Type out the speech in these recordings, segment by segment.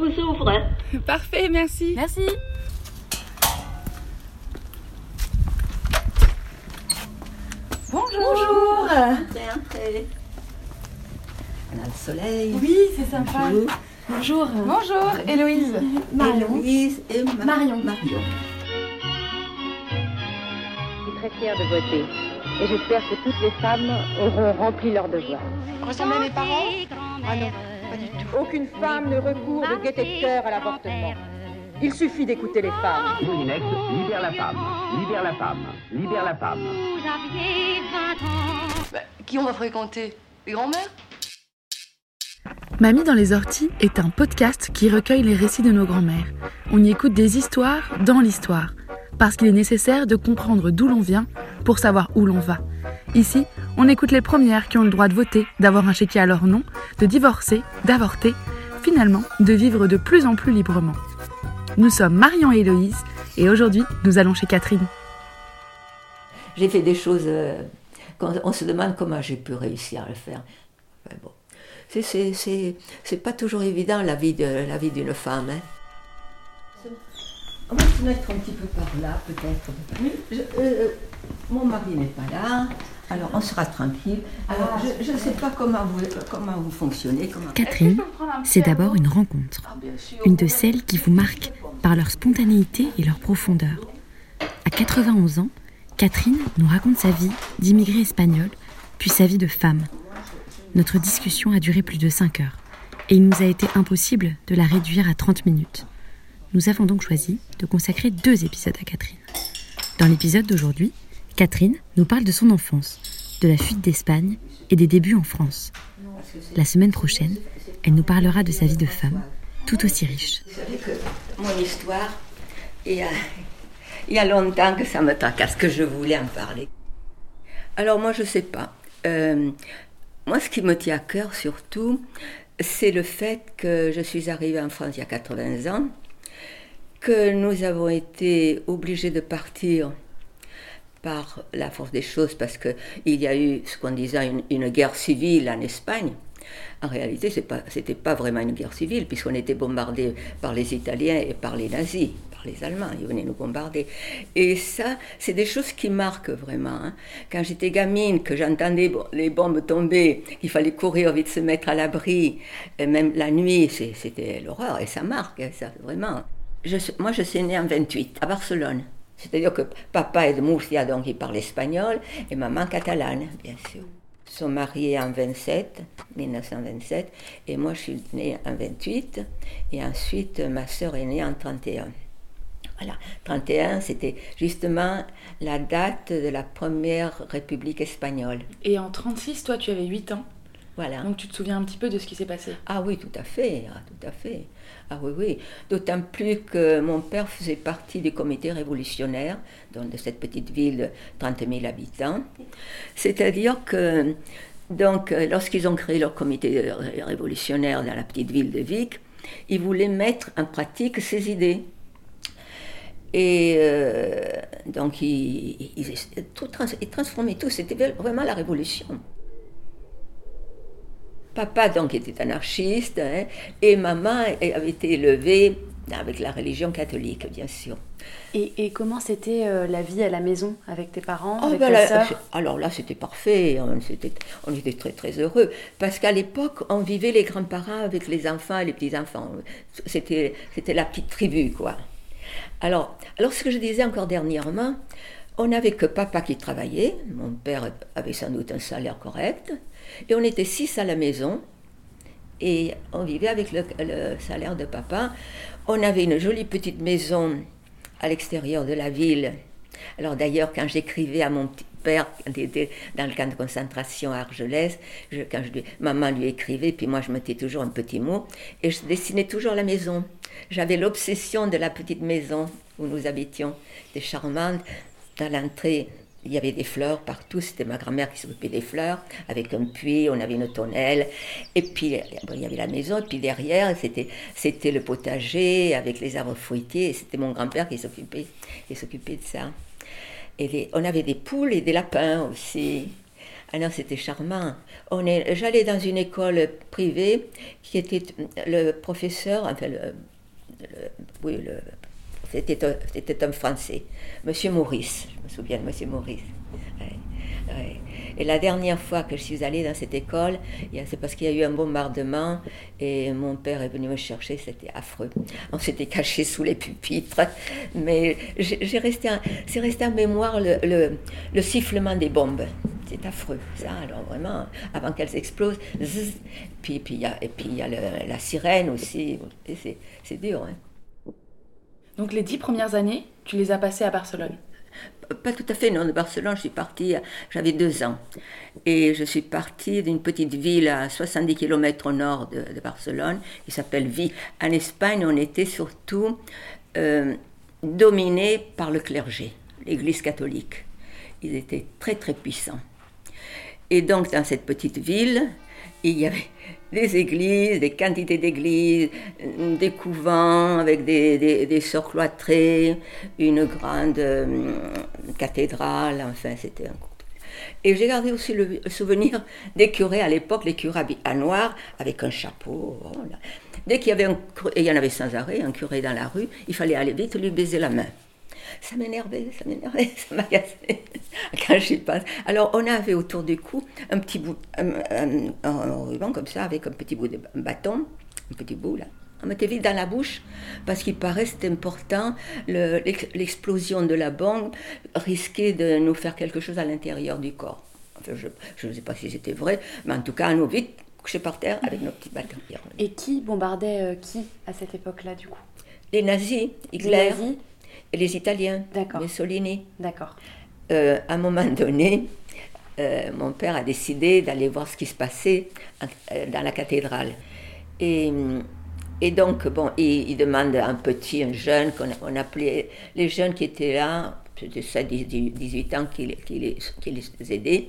vous ouvre. Parfait, merci. Merci. Bonjour. Entrez. On a le soleil. Oui, c'est sympa. Bonjour. Bonjour, Héloïse. Héloïse et Marion. Je suis très fière de voter et j'espère que toutes les femmes auront rempli leur devoir. Ressemblez à mes parents? Ah non, pas du tout. Aucune femme ne recourt de gaieté de cœur à l'avortement. Il suffit d'écouter les femmes. Moulinex, libère la femme, libère la femme, libère la femme. Qui on va fréquenter? Les grands-mères? Mamie dans les orties est un podcast qui recueille les récits de nos grands-mères. On y écoute des histoires dans l'histoire, parce qu'il est nécessaire de comprendre d'où l'on vient pour savoir où l'on va. Ici, on écoute les premières qui ont le droit de voter, d'avoir un chéquier à leur nom, de divorcer, d'avorter, finalement de vivre de plus en plus librement. Nous sommes Marion et Héloïse, et aujourd'hui, nous allons chez Catherine. J'ai fait des choses, on se demande comment j'ai pu réussir à le faire. Mais bon, c'est pas toujours évident la vie d'une femme. Hein. On va se mettre un petit peu par là, peut-être. Mon mari n'est pas là, alors on sera tranquille. Alors, je ne sais pas comment vous fonctionnez. Catherine, c'est d'abord une rencontre. Une de celles qui vous marquent par leur spontanéité et leur profondeur. À 91 ans, Catherine nous raconte sa vie d'immigrée espagnole, puis sa vie de femme. Notre discussion a duré plus de 5 heures, et il nous a été impossible de la réduire à 30 minutes. Nous avons donc choisi de consacrer 2 épisodes à Catherine. Dans l'épisode d'aujourd'hui, Catherine nous parle de son enfance, de la fuite d'Espagne et des débuts en France. La semaine prochaine, elle nous parlera de sa vie de femme, tout aussi riche. Vous savez que mon histoire, il y a longtemps que ça me tracasse, que je voulais en parler. Alors moi, je ne sais pas. Moi, ce qui me tient à cœur surtout, c'est le fait que je suis arrivée en France il y a 80 ans, que nous avons été obligés de partir par la force des choses parce qu'il y a eu ce qu'on disait une guerre civile en Espagne. En réalité, c'était pas vraiment une guerre civile puisqu'on était bombardés par les Italiens et par les nazis, par les Allemands, ils venaient nous bombarder. Et ça, c'est des choses qui marquent vraiment. Hein. Quand j'étais gamine, que j'entendais les bombes tomber, qu'il fallait courir vite se mettre à l'abri, et même la nuit, c'était l'horreur et ça marque, ça vraiment. Moi, je suis née en 28, à Barcelone. C'est-à-dire que papa est de Murcia, donc il parle espagnol, et maman catalane, bien sûr. Ils sont mariés en 1927, et moi je suis née en 28, et ensuite ma sœur est née en 31. Voilà, 31, c'était justement la date de la première République espagnole. Et en 36, toi, tu avais 8 ans. Voilà. Donc tu te souviens un petit peu de ce qui s'est passé? Ah oui, tout à fait, tout à fait. Ah oui, oui. D'autant plus que mon père faisait partie du comité révolutionnaire, donc de cette petite ville de 30 000 habitants. C'est-à-dire que, donc, lorsqu'ils ont créé leur comité révolutionnaire dans la petite ville de Vic, ils voulaient mettre en pratique ces idées. Et donc, ils transformaient tout, c'était vraiment la révolution. Papa, donc, était anarchiste, hein, et maman avait été élevée avec la religion catholique, bien sûr. Et comment c'était la vie à la maison avec tes parents, avec ben ta sœur? Alors là, c'était parfait, on était très très heureux, parce qu'à l'époque, on vivait les grands-parents avec les enfants et les petits-enfants. C'était la petite tribu, quoi. Alors, ce que je disais encore dernièrement, on n'avait que papa qui travaillait, mon père avait sans doute un salaire correct, et on était 6 à la maison, et on vivait avec le salaire de papa. On avait une jolie petite maison à l'extérieur de la ville. Alors d'ailleurs, quand j'écrivais à mon petit père, quand il était dans le camp de concentration à Argelès, maman lui écrivait, puis moi je mettais toujours un petit mot, et je dessinais toujours la maison. J'avais l'obsession de la petite maison où nous habitions. C'était charmante. Dans l'entrée, il y avait des fleurs partout, c'était ma grand-mère qui s'occupait des fleurs, avec un puits, on avait une tonnelle, et puis il y avait la maison, et puis derrière, c'était le potager avec les arbres fruitiers, et c'était mon grand-père qui s'occupait de ça. Et on avait des poules et des lapins aussi. Ah non, c'était charmant. J'allais dans une école privée qui était le professeur, enfin c'était un Français, Monsieur Maurice. Je me souviens de Monsieur Maurice. Ouais, ouais. Et la dernière fois que je suis allée dans cette école, c'est parce qu'il y a eu un bombardement et mon père est venu me chercher, c'était affreux. On s'était cachés sous les pupitres, mais c'est resté en mémoire le sifflement des bombes. C'est affreux, ça, alors vraiment, avant qu'elles explosent, zzz, puis il y a la sirène aussi, et c'est dur. Hein. Donc les 10 premières années, tu les as passées à Barcelone? Pas tout à fait, non, de Barcelone, je suis partie, j'avais 2 ans. Et je suis partie d'une petite ville à 70 km au nord de Barcelone, qui s'appelle Vic. En Espagne, on était surtout dominés par le clergé, l'Église catholique. Ils étaient très, très puissants. Et donc, dans cette petite ville, il y avait des églises, des quantités d'églises, des couvents avec des sœurs cloîtrées, une grande cathédrale, enfin, c'était un... Et j'ai gardé aussi le souvenir des curés à l'époque, les curés habillés en noir, avec un chapeau. Voilà. Dès qu'il y avait et il y en avait sans arrêt, un curé dans la rue, il fallait aller vite lui baiser la main. Ça m'énervait, ça m'agaçait quand j'y pense. Alors, on avait autour du cou un petit bout, un ruban comme ça, avec un petit bout de bâton, un petit bout là. On mettait vite dans la bouche, parce qu'il paraît c'était important, l'explosion de la bombe risquait de nous faire quelque chose à l'intérieur du corps. Enfin, je ne sais pas si c'était vrai, mais en tout cas, nous vite couchés par terre avec nos petits bâtons. Et qui bombardait qui à cette époque-là, du coup? Les nazis, Hitler. Les nazis. Et les Italiens, D'accord. Mussolini. D'accord. À un moment donné, mon père a décidé d'aller voir ce qui se passait dans la cathédrale. Et donc, bon, il demande à un jeune, qu'on appelait les jeunes qui étaient là, c'était 18 ans qui les aidaient,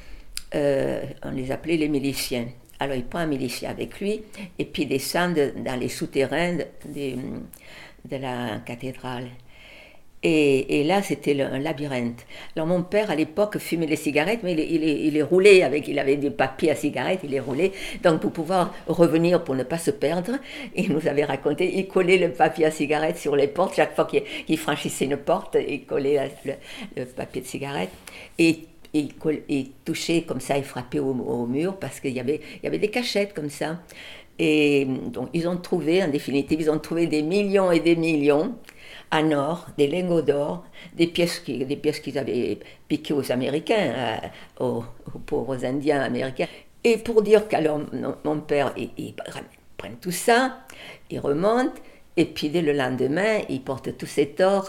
on les appelait les miliciens. Alors il prend un milicien avec lui, et puis il descend dans les souterrains de la cathédrale. Et là, c'était un labyrinthe. Alors mon père, à l'époque, fumait les cigarettes, mais il les roulait il avait des papiers à cigarettes, il les roulait. Donc pour pouvoir revenir, pour ne pas se perdre, il nous avait raconté, il collait le papier à cigarette sur les portes. Chaque fois qu'il franchissait une porte, il collait le papier de cigarette. Et il touchait comme ça, il frappait au mur, parce qu'il y avait des cachettes comme ça. Et donc ils ont trouvé, en définitive, des millions et des millions en or, des lingots d'or, des pièces qu'ils avaient piquées aux Américains, aux pauvres Indiens américains. Et pour dire qu'alors mon père, il prend tout ça, il remonte, et puis dès le lendemain, il porte tous cet or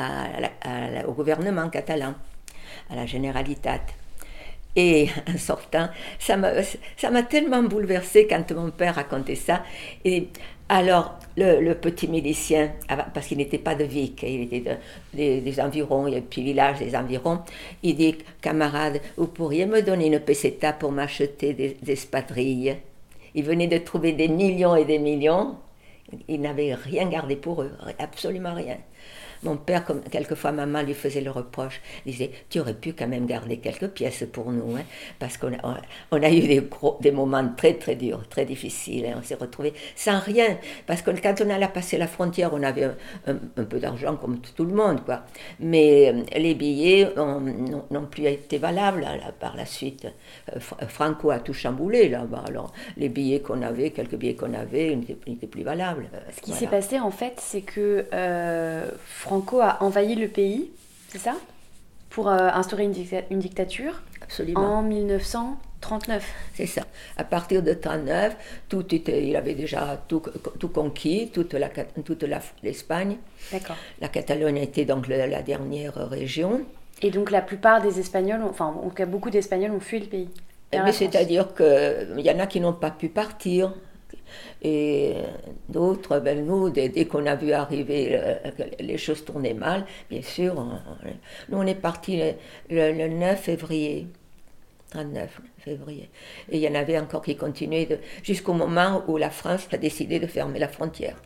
au gouvernement catalan, à la Generalitat. Et en sortant, ça m'a tellement bouleversée quand mon père racontait ça. Et alors, le petit milicien, parce qu'il n'était pas de Vic, il était des environs, il y a un petit village des environs, il dit, camarade, vous pourriez me donner une peseta pour m'acheter des espadrilles? Il venait de trouver des millions et des millions, il n'avait rien gardé pour eux, absolument rien. Mon père, comme quelquefois maman lui faisait le reproche, disait « Tu aurais pu quand même garder quelques pièces pour nous, hein, parce qu'on a eu des moments très très durs, très difficiles, hein, on s'est retrouvés sans rien, parce que quand on allait passer la frontière, on avait un peu d'argent comme tout le monde, quoi. Mais les billets n'ont plus été valables là, par la suite. Franco a tout chamboulé là-bas, alors les billets qu'on avait, quelques billets qu'on avait, n'étaient plus valables. Ce qui s'est passé en fait, c'est que Franco a envahi le pays, c'est ça? Pour instaurer une dictature. Absolument. En 1939. C'est ça. À partir de 1939, il avait déjà tout conquis, toute l'Espagne. D'accord. La Catalogne était donc la dernière région. Et donc la plupart des Espagnols, beaucoup d'Espagnols ont fui le pays. Mais c'est-à-dire qu'il y en a qui n'ont pas pu partir. Et d'autres, nous, dès qu'on a vu arriver, les choses tournaient mal, bien sûr. Nous, on est partis le 9 février. 39 février. Et il y en avait encore qui continuaient jusqu'au moment où la France a décidé de fermer la frontière.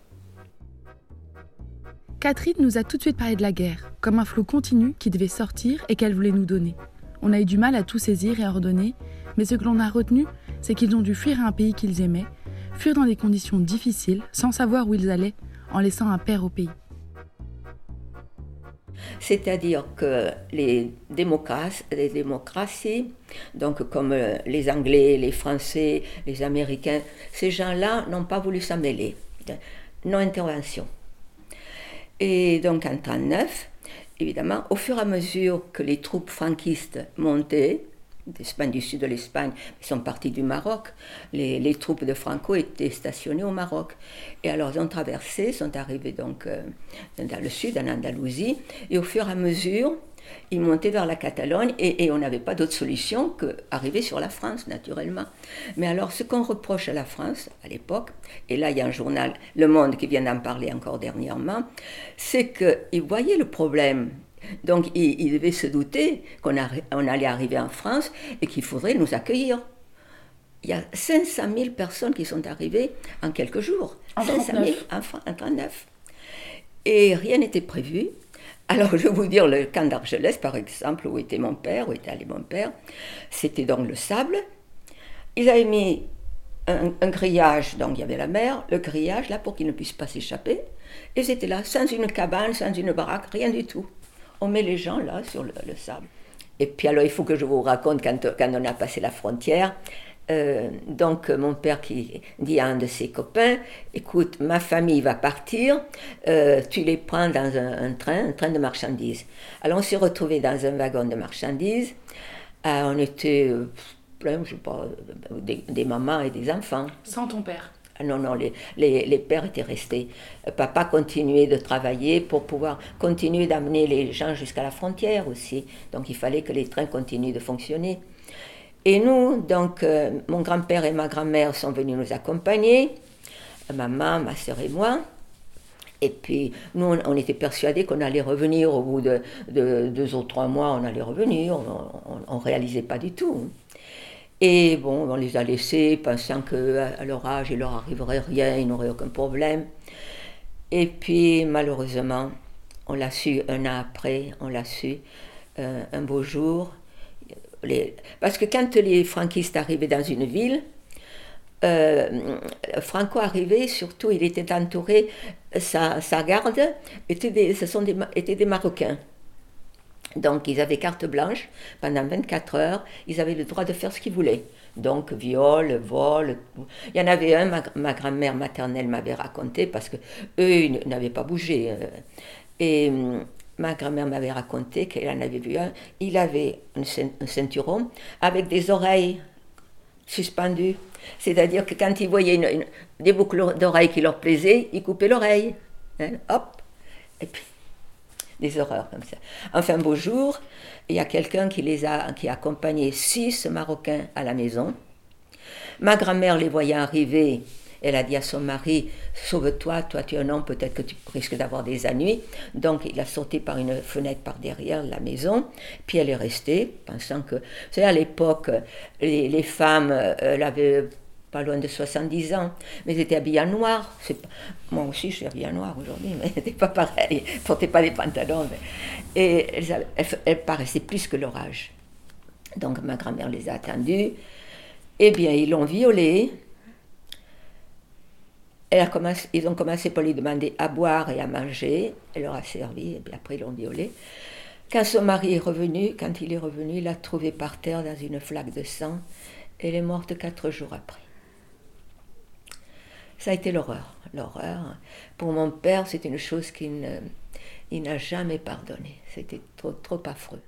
Catherine nous a tout de suite parlé de la guerre, comme un flot continu qui devait sortir et qu'elle voulait nous donner. On a eu du mal à tout saisir et à ordonner, mais ce que l'on a retenu, c'est qu'ils ont dû fuir un pays qu'ils aimaient, fuir dans des conditions difficiles, sans savoir où ils allaient, en laissant un père au pays. C'est-à-dire que les démocraties, donc comme les Anglais, les Français, les Américains, ces gens-là n'ont pas voulu s'en mêler. Non-intervention. Et donc en 1939, évidemment, au fur et à mesure que les troupes franquistes montaient, d'Espagne, du sud de l'Espagne, ils sont partis du Maroc, les troupes de Franco étaient stationnées au Maroc. Et alors ils ont traversé, sont arrivés donc dans le sud, en Andalousie, et au fur et à mesure, ils montaient vers la Catalogne, et on n'avait pas d'autre solution qu'arriver sur la France, naturellement. Mais alors, ce qu'on reproche à la France, à l'époque, et là il y a un journal, Le Monde, qui vient d'en parler encore dernièrement, c'est qu'ils voyaient le problème. Donc, ils devaient se douter qu'on allait arriver en France et qu'il faudrait nous accueillir. Il y a 500 000 personnes qui sont arrivées en quelques jours. En 500 000 en 1939. Et rien n'était prévu. Alors, je vais vous dire, le camp d'Argelès, par exemple, où était mon père, où était allé mon père, c'était donc le sable. Ils avaient mis un grillage, donc il y avait la mer, le grillage, là, pour qu'ils ne puissent pas s'échapper. Et ils étaient là, sans une cabane, sans une baraque, rien du tout. On met les gens là sur le sable. Et puis alors il faut que je vous raconte quand on a passé la frontière. Donc mon père qui dit à un de ses copains, écoute, ma famille va partir, tu les prends dans un train de marchandises. Alors on s'est retrouvés dans un wagon de marchandises. On était plein, je sais pas, des mamans et des enfants. Sans ton père? Non, les pères étaient restés. Papa continuait de travailler pour pouvoir continuer d'amener les gens jusqu'à la frontière aussi. Donc il fallait que les trains continuent de fonctionner. Et nous, donc, mon grand-père et ma grand-mère sont venus nous accompagner, maman, ma sœur et moi. Et puis nous, on était persuadés qu'on allait revenir au bout de 2 ou 3 mois, on allait revenir. On ne réalisait pas du tout. Et bon, on les a laissés, pensant qu'à leur âge, il leur arriverait rien, ils n'auraient aucun problème. Et puis, malheureusement, on l'a su 1 an après, un beau jour. Parce que quand les franquistes arrivaient dans une ville, Franco arrivait, surtout, il était entouré, sa garde étaient des Marocains. Donc, ils avaient carte blanche pendant 24 heures, ils avaient le droit de faire ce qu'ils voulaient. Donc, viol, vol. Il y en avait un, ma grand-mère maternelle m'avait raconté, parce qu'eux, ils n'avaient pas bougé. Et ma grand-mère m'avait raconté qu'elle en avait vu un. Il avait un ceinturon avec des oreilles suspendues. C'est-à-dire que quand ils voyaient des boucles d'oreilles qui leur plaisaient, ils coupaient l'oreille. Hein, hop, et puis des horreurs comme ça. Enfin, un beau jour, il y a quelqu'un qui a accompagné 6 Marocains à la maison. Ma grand-mère les voyait arriver, elle a dit à son mari, sauve-toi, toi tu es un homme, peut-être que tu risques d'avoir des ennuis. Donc il a sauté par une fenêtre par derrière la maison, puis elle est restée, pensant que, vous savez, à l'époque, les femmes, elles avaient pas loin de 70 ans, mais elles étaient habillées en noir. Moi aussi, je suis habillée en noir aujourd'hui, mais c'était pas pareil. Elles ne portaient pas des pantalons. Et elles paraissaient plus que leur âge. Donc ma grand-mère les a attendues. Eh bien, ils l'ont violée. Ils ont commencé par lui demander à boire et à manger. Elle leur a servi, et puis après ils l'ont violée. Quand son mari est revenu, il l'a trouvée par terre dans une flaque de sang. Elle est morte 4 jours après. Ça a été l'horreur. L'horreur. Pour mon père, c'est une chose qu'il n'a jamais pardonné. C'était trop affreux.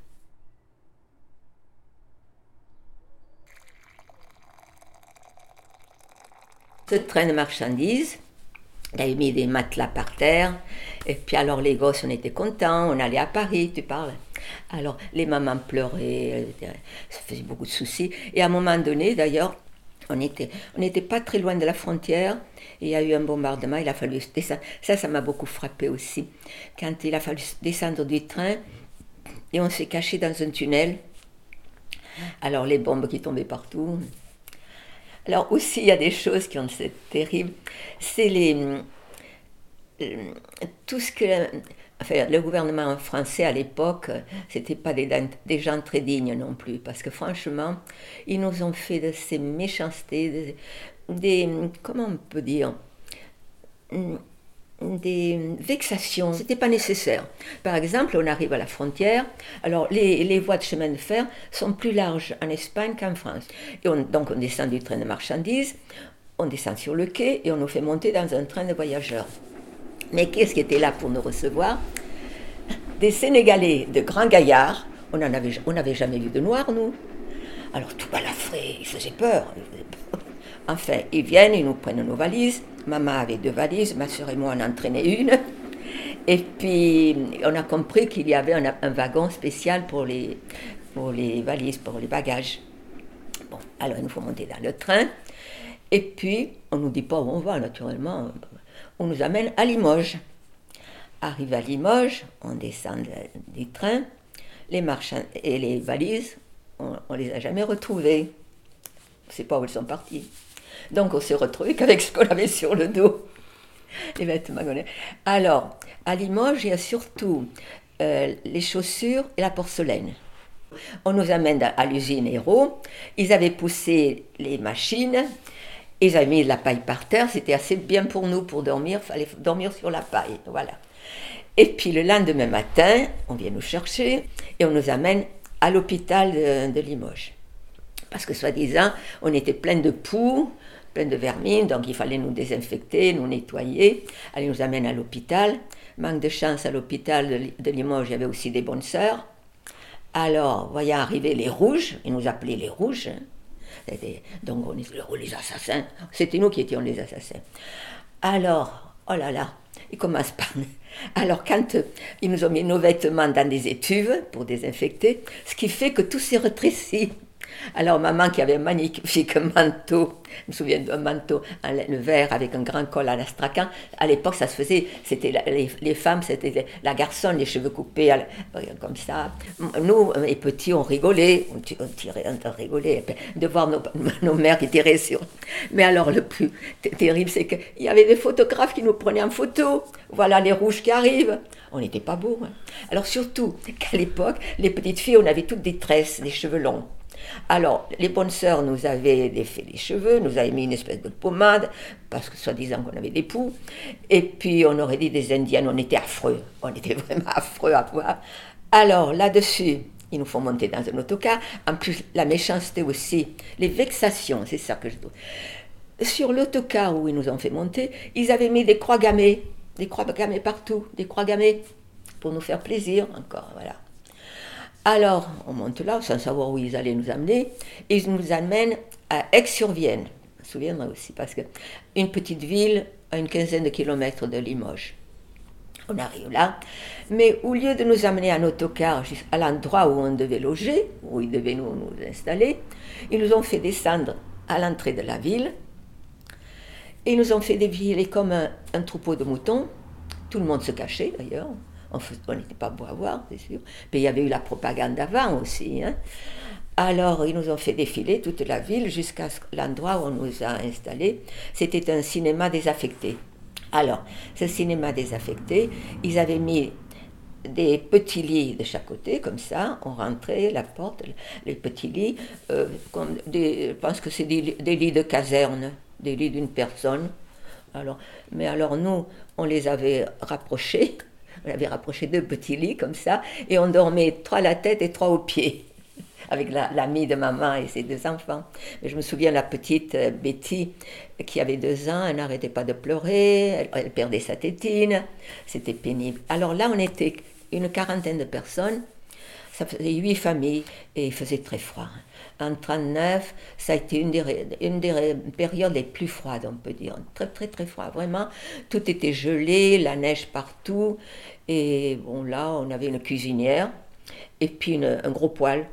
Ce train de marchandises, il avait mis des matelas par terre, et puis alors les gosses, on était contents, on allait à Paris, tu parles. Alors les mamans pleuraient, ça faisait beaucoup de soucis, et à un moment donné, d'ailleurs, on n'était pas très loin de la frontière, et il y a eu un bombardement, il a fallu descendre. Ça m'a beaucoup frappé aussi. Quand il a fallu descendre du train, et on s'est caché dans un tunnel, alors les bombes qui tombaient partout. Alors aussi, il y a des choses qui ont c'est terrible, c'est tout ce que Enfin, le gouvernement français à l'époque, c'était pas des gens très dignes non plus, parce que franchement, ils nous ont fait de ces méchancetés, comment on peut dire, des vexations. C'était pas nécessaire. Par exemple, on arrive à la frontière, alors les voies de chemin de fer sont plus larges en Espagne qu'en France. Et donc on descend du train de marchandises, on descend sur le quai et on nous fait monter dans un train de voyageurs. Mais qu'est-ce qui était là pour nous recevoir? Des Sénégalais de grands gaillards. On n'avait jamais vu de noirs, nous. Alors tout balafré, ils faisaient peur. Enfin, ils viennent, ils nous prennent nos valises. Maman avait 2 valises, ma soeur et moi en entraînait une. Et puis, on a compris qu'il y avait un wagon spécial pour les valises, pour les bagages. Bon, alors il nous faut monter dans le train. Et puis, on ne nous dit pas où on va, naturellement. On nous amène à Limoges. Arrivé à Limoges, on descend du train, les marchands et les valises, on ne les a jamais retrouvées. On ne sait pas où elles sont parties. Donc on s'est retrouvés qu'avec ce qu'on avait sur le dos, les vêtements. Alors, à Limoges, il y a surtout les chaussures et la porcelaine. On nous amène à l'usine Hérault, ils avaient poussé les machines, ils avaient mis de la paille par terre, c'était assez bien pour nous pour dormir, il fallait dormir sur la paille, voilà. Et puis le lendemain matin, on vient nous chercher et on nous amène à l'hôpital de Limoges. Parce que soi-disant, on était plein de poux, plein de vermine, donc il fallait nous désinfecter, nous nettoyer. Allez, nous amène à l'hôpital. Manque de chance, à l'hôpital de Limoges, il y avait aussi des bonnes sœurs. Alors, voyant arriver les rouges, ils nous appelaient les rouges. Donc on était les assassins, c'était nous qui étions les assassins. Alors, oh là là, ils commencent par... Alors quand ils nous ont mis nos vêtements dans des étuves pour désinfecter, ce qui fait que tout s'est rétréci. Alors maman qui avait un magnifique manteau, je me souviens d'un manteau en laine vert avec un grand col à l'astrakhan, à l'époque ça se faisait, c'était les femmes, c'était la garçonne, les cheveux coupés comme ça. Nous, les petits, on rigolait, on rigolait de voir nos mères qui tiraient sur... Mais alors le plus terrible, c'est qu'il y avait des photographes qui nous prenaient en photo. Voilà les rouges qui arrivent. On n'était pas beaux. Hein. Alors surtout qu'à l'époque, les petites filles, on avait toutes des tresses, des cheveux longs. Alors, les bonnes sœurs nous avaient défait les cheveux, nous avaient mis une espèce de pommade, parce que soi-disant qu'on avait des poux, et puis on aurait dit des indiennes, on était affreux, on était vraiment affreux à voir. Alors, là-dessus, ils nous font monter dans un autocar, en plus, la méchanceté aussi, les vexations, c'est ça que je trouve. Sur l'autocar où ils nous ont fait monter, ils avaient mis des croix gammées partout, des croix gammées, pour nous faire plaisir encore, voilà. Alors, on monte là, sans savoir où ils allaient nous amener, et ils nous amènent à Aix-sur-Vienne. Je me souviendrai aussi, parce qu'une petite ville à une quinzaine de kilomètres de Limoges. On arrive là, mais au lieu de nous amener en autocar à l'endroit où on devait loger, où ils devaient nous installer, ils nous ont fait descendre à l'entrée de la ville, et ils nous ont fait défiler comme un troupeau de moutons. Tout le monde se cachait d'ailleurs. On n'était pas beau à voir, c'est sûr. Puis il y avait eu la propagande avant aussi. Hein. Alors, ils nous ont fait défiler toute la ville jusqu'à l'endroit où on nous a installés. C'était un cinéma désaffecté. Alors, ce cinéma désaffecté, ils avaient mis des petits lits de chaque côté, comme ça. On rentrait, la porte, les petits lits. Je pense que c'est des lits de caserne, des lits d'une personne. Mais alors, nous, on les avait rapprochés. On avait rapproché 2 petits lits comme ça, et on dormait 3 à la tête et 3 aux pieds, avec l'amie de maman et ses 2 enfants. Mais je me souviens, la petite Betty, qui avait 2 ans, elle n'arrêtait pas de pleurer, elle perdait sa tétine, c'était pénible. Alors là, on était une quarantaine de personnes, ça faisait 8 familles, et il faisait très froid. En 1939, ça a été une des périodes les plus froides, on peut dire. Très, très, très froid. Vraiment, tout était gelé, la neige partout. Et bon, là, on avait une cuisinière et puis un gros poêle.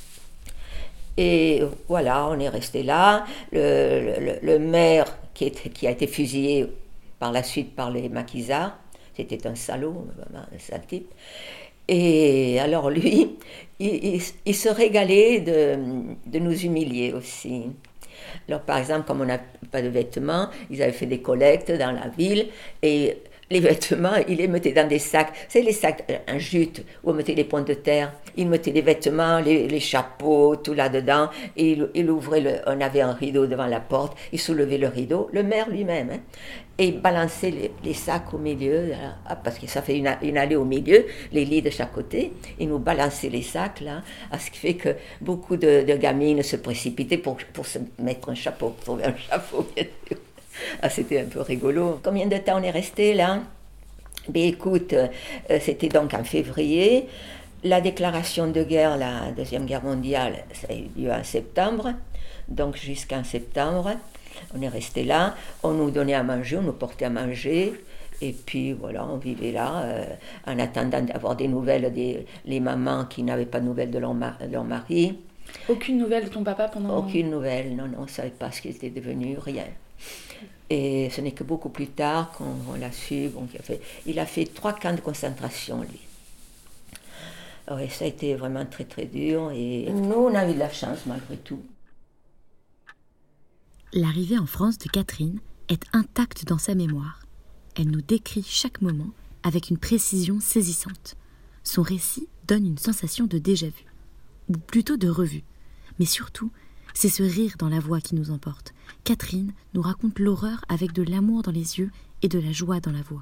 Et voilà, on est resté là. Le maire qui a été fusillé par la suite par les maquisards, c'était un salaud, un sale type. Et alors lui, il se régalait de nous humilier aussi. Alors par exemple, comme on n'a pas de vêtements, ils avaient fait des collectes dans la ville et Les vêtements, il les mettait dans des sacs. C'est les sacs en jute où on mettait les pommes de terre. Il mettait les vêtements, les chapeaux, tout là-dedans. Et il ouvrait, on avait un rideau devant la porte. Il soulevait le rideau, le maire lui-même. Hein, et il balançait les sacs au milieu, là, parce que ça fait une allée au milieu, les lits de chaque côté. Il nous balançait les sacs, là, ce qui fait que beaucoup de gamines se précipitaient pour se mettre un chapeau, pour trouver un chapeau, bien sûr. Ah, c'était un peu rigolo. Combien de temps on est resté là? Ben, écoute, c'était donc en février. La déclaration de guerre, la Deuxième Guerre mondiale, ça a eu lieu en septembre. Donc jusqu'en septembre, on est resté là. On nous donnait à manger, on nous portait à manger. Et puis voilà, on vivait là en attendant d'avoir des nouvelles des mamans qui n'avaient pas de nouvelles de leur mari. Aucune nouvelle de ton papa pendant... Aucune nouvelle, non, on ne savait pas ce qu'il était devenu, rien. Et ce n'est que beaucoup plus tard qu'on l'a su. Bon, il a fait 3 camps de concentration, lui. Oui, ça a été vraiment très très dur. Et nous, on a eu de la chance malgré tout. L'arrivée en France de Catherine est intacte dans sa mémoire. Elle nous décrit chaque moment avec une précision saisissante. Son récit donne une sensation de déjà-vu, ou plutôt de revue. Mais surtout, c'est ce rire dans la voix qui nous emporte. Catherine nous raconte l'horreur avec de l'amour dans les yeux et de la joie dans la voix.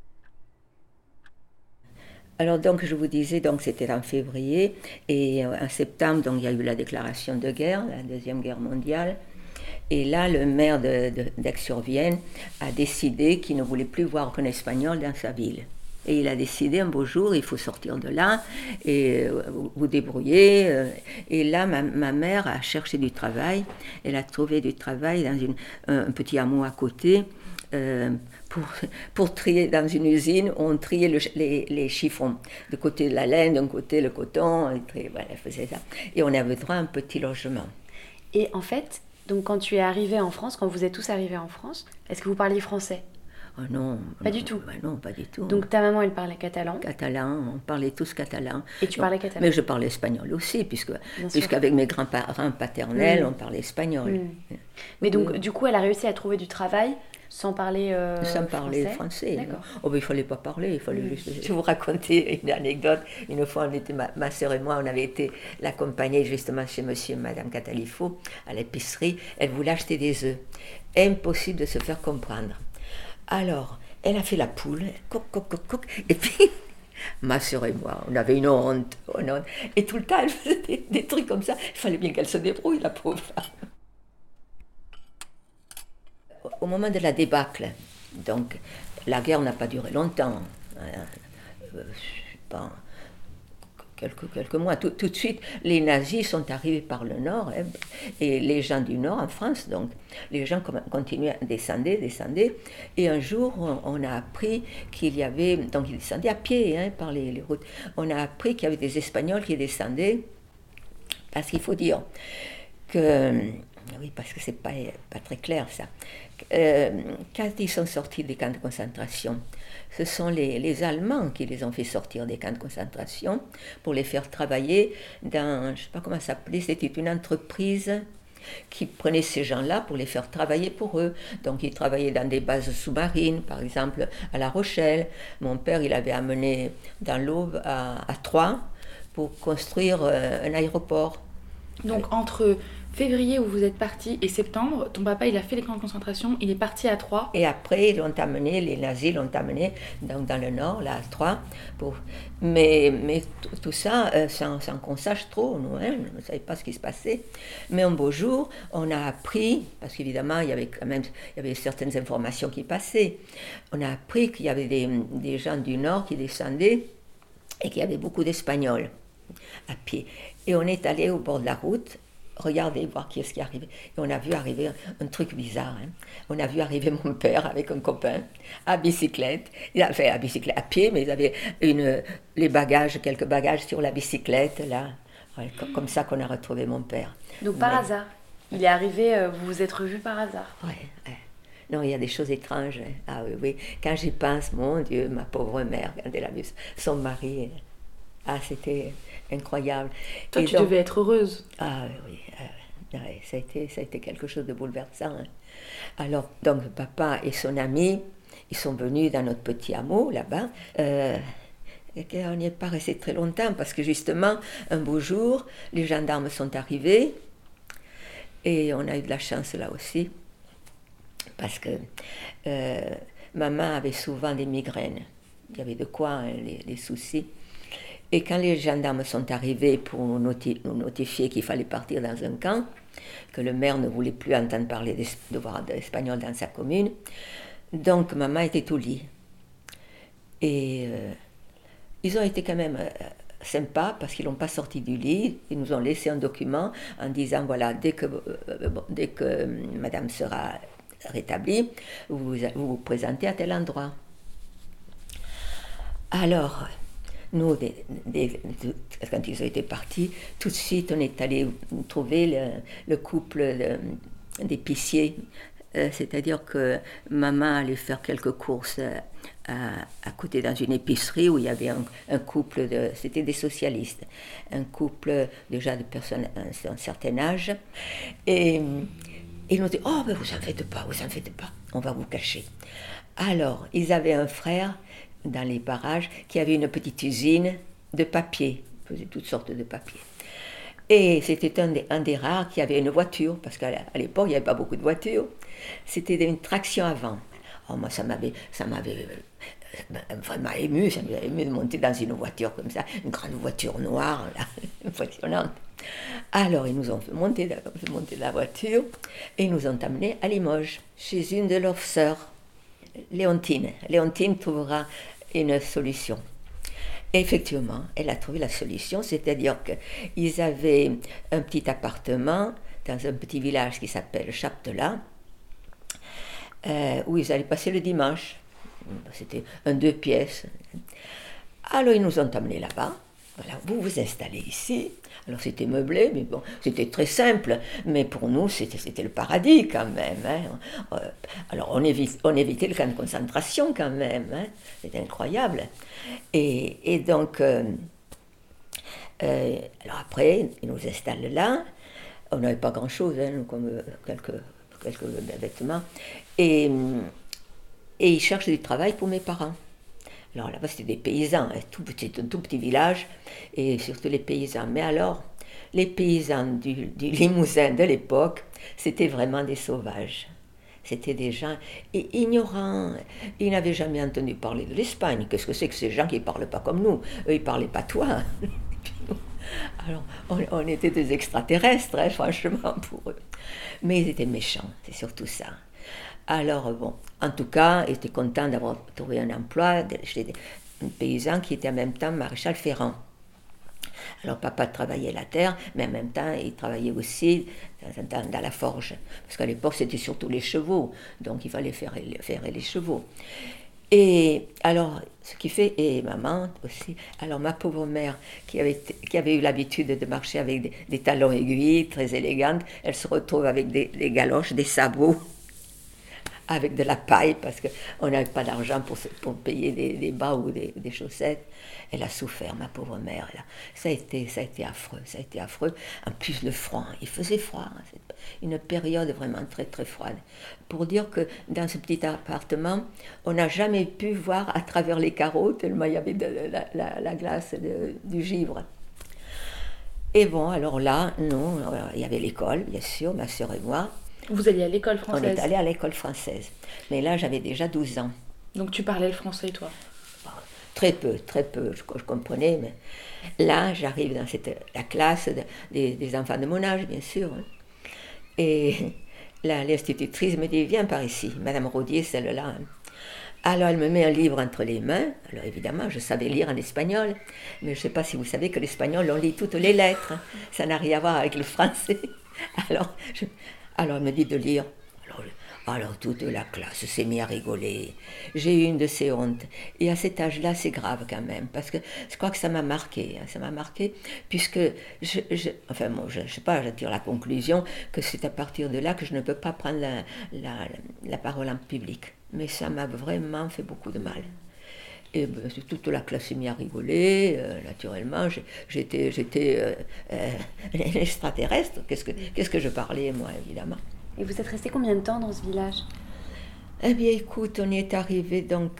Alors donc je vous disais, donc c'était en février et en septembre donc il y a eu la déclaration de guerre, la Deuxième Guerre mondiale. Et là, le maire d'Aix-sur-Vienne a décidé qu'il ne voulait plus voir aucun Espagnol dans sa ville. Et il a décidé un beau jour, il faut sortir de là et vous débrouiller. Et là, ma mère a cherché du travail. Elle a trouvé du travail dans un petit hameau à côté pour trier dans une usine. On triait les chiffons. De côté de la laine, d'un côté le coton. Voilà, elle faisait ça. Et on avait droit à un petit logement. Et en fait, donc quand tu es arrivée en France, quand vous êtes tous arrivés en France, est-ce que vous parliez français ? Oh non. Pas du tout. Non, pas du tout. Donc ta maman, elle parlait catalan. Catalan, on parlait tous catalan. Et tu parlais catalan. Mais je parlais espagnol aussi, puisqu'avec mes grands-parents paternels, on parlait espagnol. Mais donc, du coup, elle a réussi à trouver du travail sans parler français. D'accord. Oh, ben, il ne fallait pas parler, il fallait juste... Je vais vous raconter une anecdote. Une fois, ma sœur et moi, on avait été l'accompagner justement chez monsieur et madame Catalifo, à l'épicerie. Elle voulait acheter des œufs. Impossible de se faire comprendre. Alors, elle a fait la poule, coq, et puis, ma sœur et moi, on avait une honte, et tout le temps, elle faisait des trucs comme ça, il fallait bien qu'elle se débrouille, la pauvre femme. Au moment de la débâcle, donc, la guerre n'a pas duré longtemps, je sais pas, quelques mois. Tout de suite, les nazis sont arrivés par le nord, et les gens du nord, en France, donc, les gens continuaient à descendre, et un jour, on a appris qu'il y avait, donc ils descendaient à pied, par les routes, on a appris qu'il y avait des Espagnols qui descendaient, parce qu'il faut dire que, oui, parce que c'est pas très clair ça, quand ils sont sortis des camps de concentration, ce sont les Allemands qui les ont fait sortir des camps de concentration pour les faire travailler dans, je ne sais pas comment ça s'appelait, c'était une entreprise qui prenait ces gens-là pour les faire travailler pour eux. Donc ils travaillaient dans des bases sous-marines, par exemple à La Rochelle. Mon père, il avait amené dans l'Aube à Troyes pour construire un aéroport. Donc entre février où vous êtes partis et septembre, ton papa il a fait les camps de concentration, il est parti à Troyes. Et après les nazis l'ont amené donc dans le nord, là à Troyes. Mais tout ça, sans qu'on sache trop, nous, on ne savait pas ce qui se passait. Mais un beau jour, on a appris, parce qu'évidemment il y avait certaines informations qui passaient, on a appris qu'il y avait des gens du nord qui descendaient et qu'il y avait beaucoup d'Espagnols à pied. Et on est allé au bord de la route, regarder, voir qui est-ce qui arrivait. Et on a vu arriver un truc bizarre. On a vu arriver mon père avec un copain à bicyclette. Il a fait à bicyclette à pied, mais ils avaient quelques bagages sur la bicyclette, là. Ouais, comme ça qu'on a retrouvé mon père. Donc par hasard, il est arrivé, vous vous êtes revus par hasard. Ouais. Non, il y a des choses étranges. Ah oui. Quand j'y pense, mon Dieu, ma pauvre mère, quand elle a vu son mari... Ah, c'était incroyable. Toi, tu devais être heureuse. Ah oui, ça a été quelque chose de bouleversant. Alors, donc, papa et son ami ils sont venus dans notre petit hameau, là-bas. Et qu'on n'y est pas resté très longtemps, parce que justement, un beau jour, les gendarmes sont arrivés, et on a eu de la chance là aussi, parce que maman avait souvent des migraines. Il y avait de quoi, hein, les soucis. Et quand les gendarmes sont arrivés pour nous notifier qu'il fallait partir dans un camp, que le maire ne voulait plus entendre parler de voir d'espagnol dans sa commune, donc maman était au lit. Et ils ont été quand même sympas parce qu'ils l'ont pas sorti du lit. Ils nous ont laissé un document en disant voilà, dès que madame sera rétablie, vous vous présentez à tel endroit. Alors, nous, quand ils ont été partis, tout de suite, on est allé trouver le couple d'épiciers. C'est-à-dire que maman allait faire quelques courses à côté dans une épicerie où il y avait un couple, c'était des socialistes, un couple déjà de personnes d'un certain âge. Et ils nous dit « Oh, mais vous en faites pas, on va vous cacher. » Alors, ils avaient un frère dans les barrages qui avait une petite usine de papier, il faisait toutes sortes de papiers. Et c'était un des rares qui avait une voiture, parce qu'à l'époque, il n'y avait pas beaucoup de voitures. C'était une traction avant. Oh, moi, ça m'avait vraiment ému, ça m'avait ému de monter dans une voiture comme ça, une grande voiture noire, là, impressionnante. Alors, ils nous ont fait monter la voiture et ils nous ont amenés à Limoges, chez une de leurs sœurs, Léontine. Léontine trouvera une solution. Et effectivement, elle a trouvé la solution, c'est-à-dire qu'ils avaient un petit appartement dans un petit village qui s'appelle Chaptelat, où ils allaient passer le dimanche. C'était un 2 pièces. Alors ils nous ont amenés là-bas. Voilà, vous vous installez ici. Alors c'était meublé, mais bon, c'était très simple. Mais pour nous, c'était le paradis quand même. Hein. Alors on évitait le camp de concentration quand même. Hein. C'était incroyable. Et donc, alors après, ils nous installent là. On n'avait pas grand-chose, hein, comme quelques vêtements. Et ils cherchent du travail pour mes parents. Alors là-bas, c'était des paysans, un tout petit village, et surtout les paysans. Mais alors, les paysans du Limousin de l'époque, c'était vraiment des sauvages. C'était des gens ignorants. Ils n'avaient jamais entendu parler de l'Espagne. Qu'est-ce que c'est que ces gens qui ne parlent pas comme nous? Eux, ils ne parlaient pas toi. Alors, on était des extraterrestres, hein, franchement, pour eux. Mais ils étaient méchants, c'est surtout ça. Alors, bon, en tout cas, ils étaient contents d'avoir trouvé un emploi chez un paysan qui était en même temps maréchal ferrant. Alors, papa travaillait la terre, mais en même temps, il travaillait aussi dans la forge. Parce qu'à l'époque, c'était surtout les chevaux, donc il fallait faire les chevaux. Et alors, ce qui fait, et maman aussi, alors ma pauvre mère, qui avait eu l'habitude de marcher avec des talons aiguilles, très élégantes, elle se retrouve avec des galoches, des sabots, avec de la paille, parce qu'on n'avait pas d'argent pour payer des bas ou des chaussettes. Elle a souffert, ma pauvre mère. Ça a été affreux. En plus, le froid, il faisait froid. Une période vraiment très, très froide. Pour dire que dans ce petit appartement, on n'a jamais pu voir à travers les carreaux, tellement il y avait la glace du givre. Et bon, alors là, non, il y avait l'école, bien sûr, ma sœur et moi. Vous alliez à l'école française? On est allé à l'école française. Mais là, j'avais déjà 12 ans. Donc tu parlais le français, toi? Très peu, je comprenais. Mais là, j'arrive dans la classe des enfants de mon âge, bien sûr. Et l'institutrice me dit, viens par ici, Madame Rodier, celle-là. Alors, elle me met un livre entre les mains. Alors, évidemment, je savais lire en espagnol. Mais je ne sais pas si vous savez que l'espagnol, on lit toutes les lettres. Ça n'a rien à voir avec le français. Alors, elle me dit de lire. Alors toute la classe s'est mise à rigoler. J'ai eu une de ces hontes. Et à cet âge-là, c'est grave quand même, parce que je crois que ça m'a marqué. Ça m'a marqué, puisque, je ne sais pas, je tire la conclusion que c'est à partir de là que je ne peux pas prendre la parole en public. Mais ça m'a vraiment fait beaucoup de mal. Et toute la classe s'est mise à rigoler, naturellement. J'étais un extraterrestre. Qu'est-ce que je parlais, moi, évidemment. Et vous êtes resté combien de temps dans ce village? Eh bien, écoute, on y est arrivé donc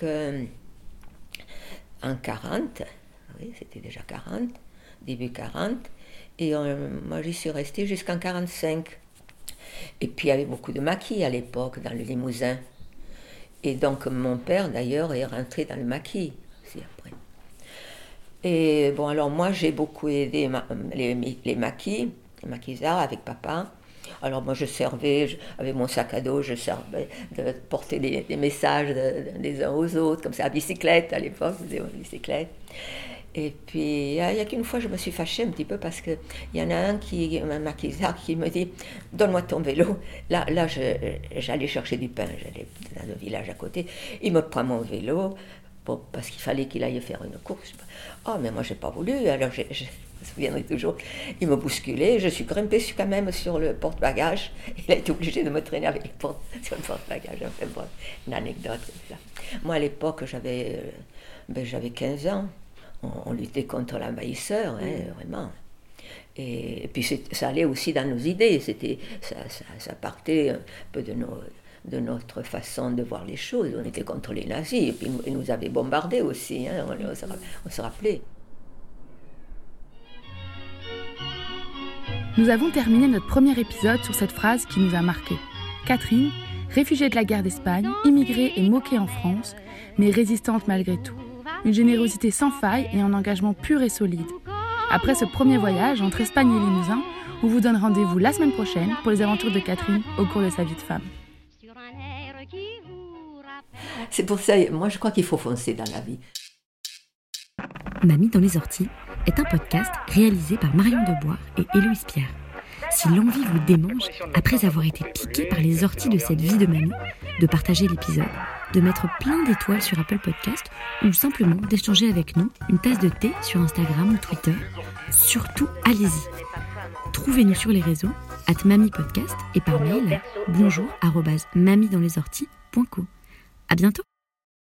en 40, oui, c'était déjà 40, début 40, et moi j'y suis restée jusqu'en 45. Et puis il y avait beaucoup de maquis à l'époque dans le Limousin. Et donc mon père d'ailleurs est rentré dans le maquis aussi après. Et bon, alors moi j'ai beaucoup aidé les maquisards avec papa. Alors moi je servais, avec mon sac à dos, je servais de porter des messages des uns aux autres, comme ça, à bicyclette à l'époque, on faisait une bicyclette. Et puis il y a qu'une fois je me suis fâchée un petit peu parce qu'il y en a un maquisard qui me dit « Donne-moi ton vélo ». Là j'allais chercher du pain, j'allais dans le village à côté. Il me prend mon vélo, bon, parce qu'il fallait qu'il aille faire une course. Oh mais moi j'ai pas voulu, alors je me souviendrai toujours. Il m'a bousculé, je suis grimpée quand même sur le porte-bagages. Il a été obligé de me traîner avec sur le porte-bagages. Enfin, bon, une anecdote comme ça. Moi à l'époque j'avais 15 ans. On luttait contre l'envahisseur, vraiment. Et puis ça allait aussi dans nos idées. Ça partait un peu de notre façon de voir les choses. On était contre les nazis, et puis ils nous avaient bombardés aussi, hein, on se rappelait. Nous avons terminé notre premier épisode sur cette phrase qui nous a marqués. Catherine, réfugiée de la guerre d'Espagne, immigrée et moquée en France, mais résistante malgré tout. Une générosité sans faille et un engagement pur et solide. Après ce premier voyage entre Espagne et Limousin, on vous donne rendez-vous la semaine prochaine pour les aventures de Catherine au cours de sa vie de femme. C'est pour ça, moi je crois qu'il faut foncer dans la vie. Mamie dans les orties est un podcast réalisé par Marion Debois et Héloïse Pierre. Si l'envie vous démange, après avoir été piqué par les orties de cette vie de mamie, de partager l'épisode, de mettre plein d'étoiles sur Apple Podcast ou simplement d'échanger avec nous une tasse de thé sur Instagram ou Twitter, surtout allez-y. Trouvez-nous sur les réseaux @mamipodcast et par mail bonjour@mamiedansliesorties.co. À bientôt.